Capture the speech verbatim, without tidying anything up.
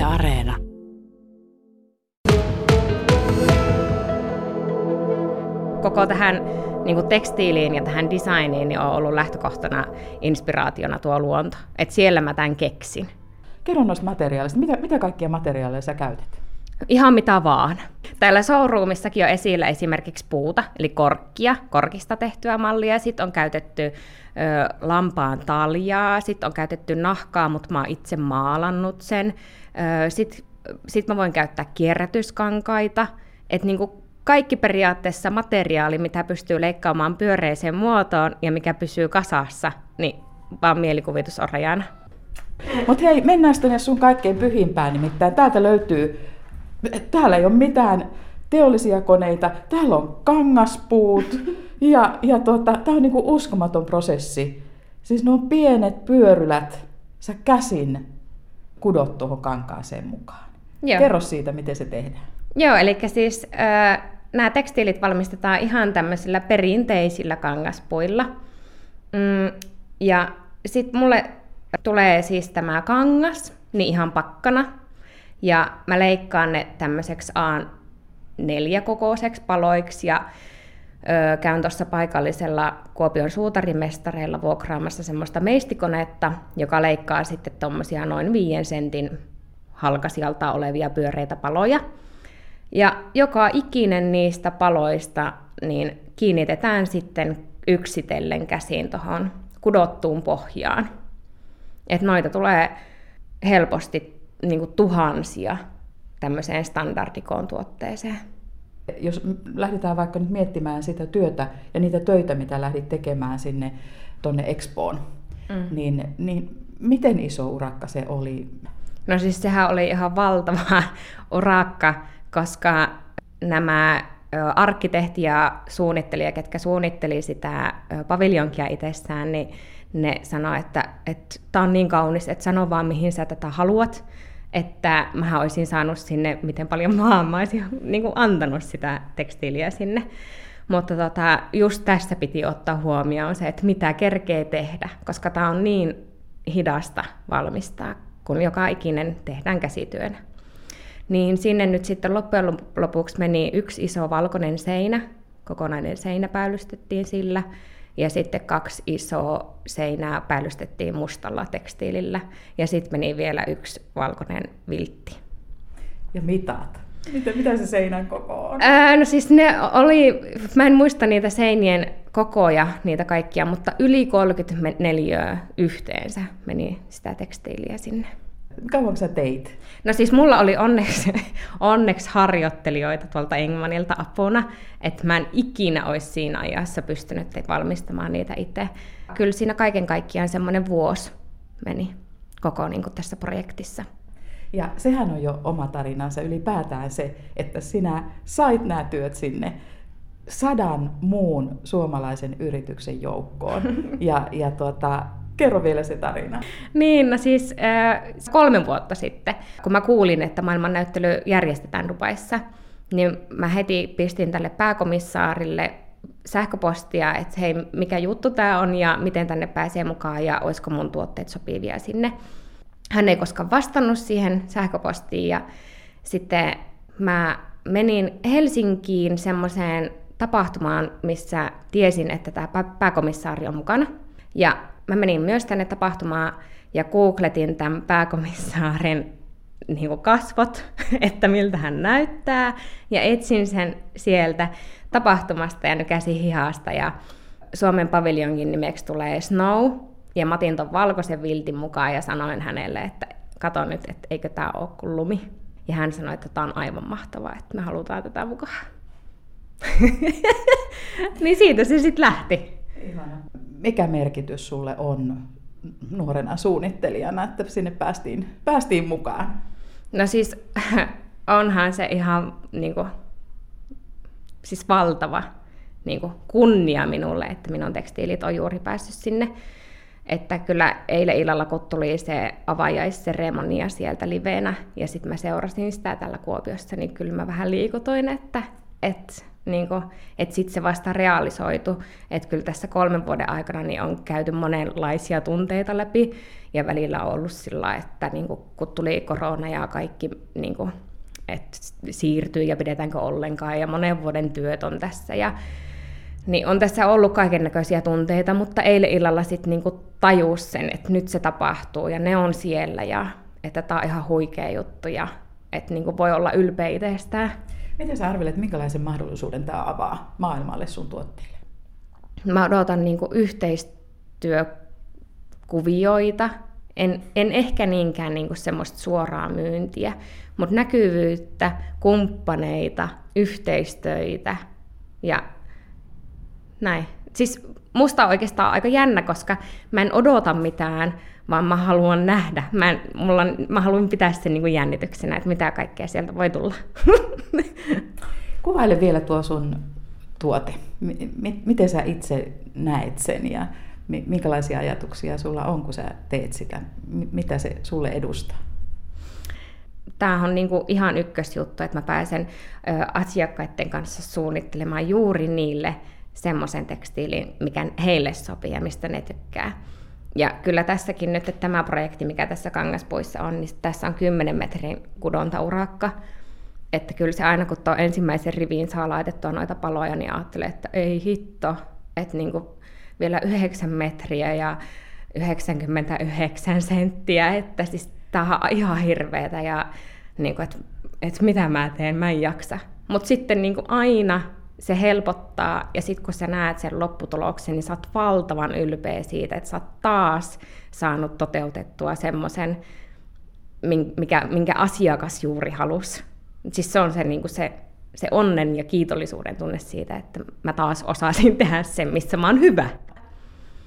Areena. Koko tähän niin kuin tekstiiliin ja tähän designiin niin on ollut lähtökohtana inspiraationa tuo luonto. Et siellä mä tämän keksin. Kerro noista materiaaleista. Mitä, mitä kaikkia materiaaleja sä käytät? Ihan mitä vaan. Täällä showroomissakin on esillä esimerkiksi puuta, eli korkkia, korkista tehtyä mallia. Sitten on käytetty ö, lampaan taljaa, sitten on käytetty nahkaa, mutta mä oon itse maalannut sen. Sitten sit mä voin käyttää kierrätyskankaita. Et niinku kaikki periaatteessa materiaali, mitä pystyy leikkaamaan pyöreiseen muotoon ja mikä pysyy kasassa, niin vaan mielikuvitus on rajana. Mutta hei, mennään sitten sun kaikkein pyhimpään, nimittäin täältä löytyy, täällä ei ole mitään teollisia koneita, täällä on kangaspuut ja, ja tota, tää on niinku uskomaton prosessi. Siis nuo pienet pyörylät sä käsin kudot tuohon kankaaseen mukaan. Joo. Kerro siitä, miten se tehdään. Joo, eli siis äh, nämä tekstiilit valmistetaan ihan tämmöisillä perinteisillä kangaspuilla. Mm, ja sitten mulle tulee siis tämä kangas, niin ihan pakkana. Ja mä leikkaan ne tämmöiseksi A neljä kokoiseksi paloiksi ja ö, käyn tuossa paikallisella Kuopion suutarimestareilla vuokraamassa semmoista meistikonetta, joka leikkaa sitten tommosia noin viiden sentin halkasijalta olevia pyöreitä paloja. Ja joka ikinen niistä paloista niin kiinnitetään sitten yksitellen käsiin tuohon kudottuun pohjaan. Et noita tulee helposti niin kuin tuhansia tämmöiseen standardikoon tuotteeseen. Jos lähdetään vaikka nyt miettimään sitä työtä ja niitä töitä, mitä lähdit tekemään sinne tuonne Expoon, mm. niin, niin miten iso urakka se oli? No siis sehän oli ihan valtava urakka, koska nämä arkkitehti ja suunnittelija, ketkä suunnitteli sitä paviljonkia itsessään, niin ne sanoi, että tämä on niin kaunis, että sano vaan mihin sä tätä haluat, että mä olisin saanut sinne, miten paljon vaan mä olisin niin kuin antanut sitä tekstiiliä sinne. Mutta tota, just tässä piti ottaa huomioon se, että mitä kerkee tehdä, koska tämä on niin hidasta valmistaa, kun joka ikinen tehdään käsityönä. Niin sinne nyt sitten loppujen lopuksi meni yksi iso valkoinen seinä, kokonainen seinä päällystettiin sillä, ja sitten kaksi isoa seinää päällystettiin mustalla tekstiilillä, ja sitten meni vielä yksi valkoinen viltti. Ja mitat? Mitä, mitä se seinän koko on? Ää, no siis ne oli, mä en muista niitä seinien kokoja, niitä kaikkia, mutta yli kolmekymmentäneljä yhteensä meni sitä tekstiiliä sinne. Kauanko sä teit? No siis mulla oli onneksi, onneksi harjoittelijoita tuolta Engmannilta apuna, että mä en ikinä olisi siinä ajassa pystynyt valmistamaan niitä itse. Kyllä siinä kaiken kaikkiaan semmoinen vuosi meni koko niin kuin tässä projektissa. Ja sehän on jo oma tarinansa ylipäätään se, että sinä sait nämä työt sinne sadan muun suomalaisen yrityksen joukkoon. Ja, ja tuota, kerro vielä se tarina. Niin, no siis äh, kolme vuotta sitten, kun mä kuulin, että maailmannäyttely järjestetään Dubaissa, niin mä heti pistin tälle pääkomissaarille sähköpostia, että hei, mikä juttu tää on ja miten tänne pääsee mukaan ja olisiko mun tuotteet sopivia sinne. Hän ei koskaan vastannut siihen sähköpostiin ja sitten mä menin Helsinkiin semmoiseen tapahtumaan, missä tiesin, että tämä pääkomissaari on mukana. Ja mä menin myös tänne tapahtumaan ja googletin tämän pääkomissaarin niin kuin kasvot, että miltä hän näyttää, ja etsin sen sieltä tapahtumasta ja nykäsin hihasta, ja Suomen paviljonkin nimeksi tulee Snow, ja mä otin ton valkoisen viltin mukaan ja sanoin hänelle, että kato nyt, että eikö tää ole kuin lumi. Ja hän sanoi, että tää on aivan mahtavaa, että me halutaan tätä mukaan. Niin siitä se sitten lähti. Ihana. Mikä merkitys sulle on nuorena suunnittelijana, että sinne päästiin, päästiin mukaan? No siis onhan se ihan niin kuin, siis valtava niin kuin kunnia minulle, että minun tekstiilit on juuri päässyt sinne. Että kyllä eilen illalla, kun tuli se avajaisseremonia sieltä liveenä, ja sitten mä seurasin sitä täällä Kuopiossa, niin kyllä mä vähän liikutoin, että että niin et sitten se vasta realisoitu, että kyllä tässä kolmen vuoden aikana niin on käyty monenlaisia tunteita läpi, ja välillä on ollut sillä, että niin kuin, kun tuli korona ja kaikki niin kuin, että siirtyy ja pidetäänkö ollenkaan, ja monen vuoden työt on tässä, ja niin on tässä ollut kaikennäköisiä tunteita, mutta eilen illalla sitten niinku tajus sen, että nyt se tapahtuu ja ne on siellä ja että tämä on ihan huikea juttu ja että niinku voi olla ylpeä itsestään. Miten sä arvelet, minkälaisen mahdollisuuden tämä avaa maailmalle sun tuotteille? Mä odotan niinku yhteistyökuvioita, en, en ehkä niinkään niinku semmoista suoraa myyntiä, mutta näkyvyyttä, kumppaneita, yhteistöitä ja näin. Siis musta on oikeastaan aika jännä, koska mä en odota mitään, vaan mä haluan nähdä. Mä, en, mulla on, mä haluan pitää sen niin kuin jännityksenä, että mitä kaikkea sieltä voi tulla. Kuvaile vielä tuo sun tuote. M- miten sä itse näet sen ja minkälaisia ajatuksia sulla on, kun sä teet sitä? M- mitä se sulle edustaa? Tämä on niinku ihan ykkösjuttu, että mä pääsen ö, asiakkaiden kanssa suunnittelemaan juuri niille semmoisen tekstiilin, mikä heille sopii ja mistä ne tykkää. Ja kyllä tässäkin nyt, että tämä projekti, mikä tässä Kangaspuissa on, niin tässä on kymmenen metrin kudontaurakka. Että kyllä se aina, kun tuo ensimmäisen riviin saa laitettua noita paloja, niin ajattelee, että ei hitto, että niinku vielä yhdeksän metriä ja yhdeksänkymmentäyhdeksän senttiä, että siis tämä on ihan hirveetä ja niinku, että et mitä mä teen, mä en jaksa. Mutta sitten niinku aina se helpottaa, ja sitten kun sä näet sen lopputuloksen, niin sä oot valtavan ylpeä siitä, että sä oot taas saanut toteutettua semmoisen, mikä, minkä asiakas juuri halusi. Siis se on se, niin kuin se, se onnen ja kiitollisuuden tunne siitä, että mä taas osasin tehdä sen, missä mä oon hyvä.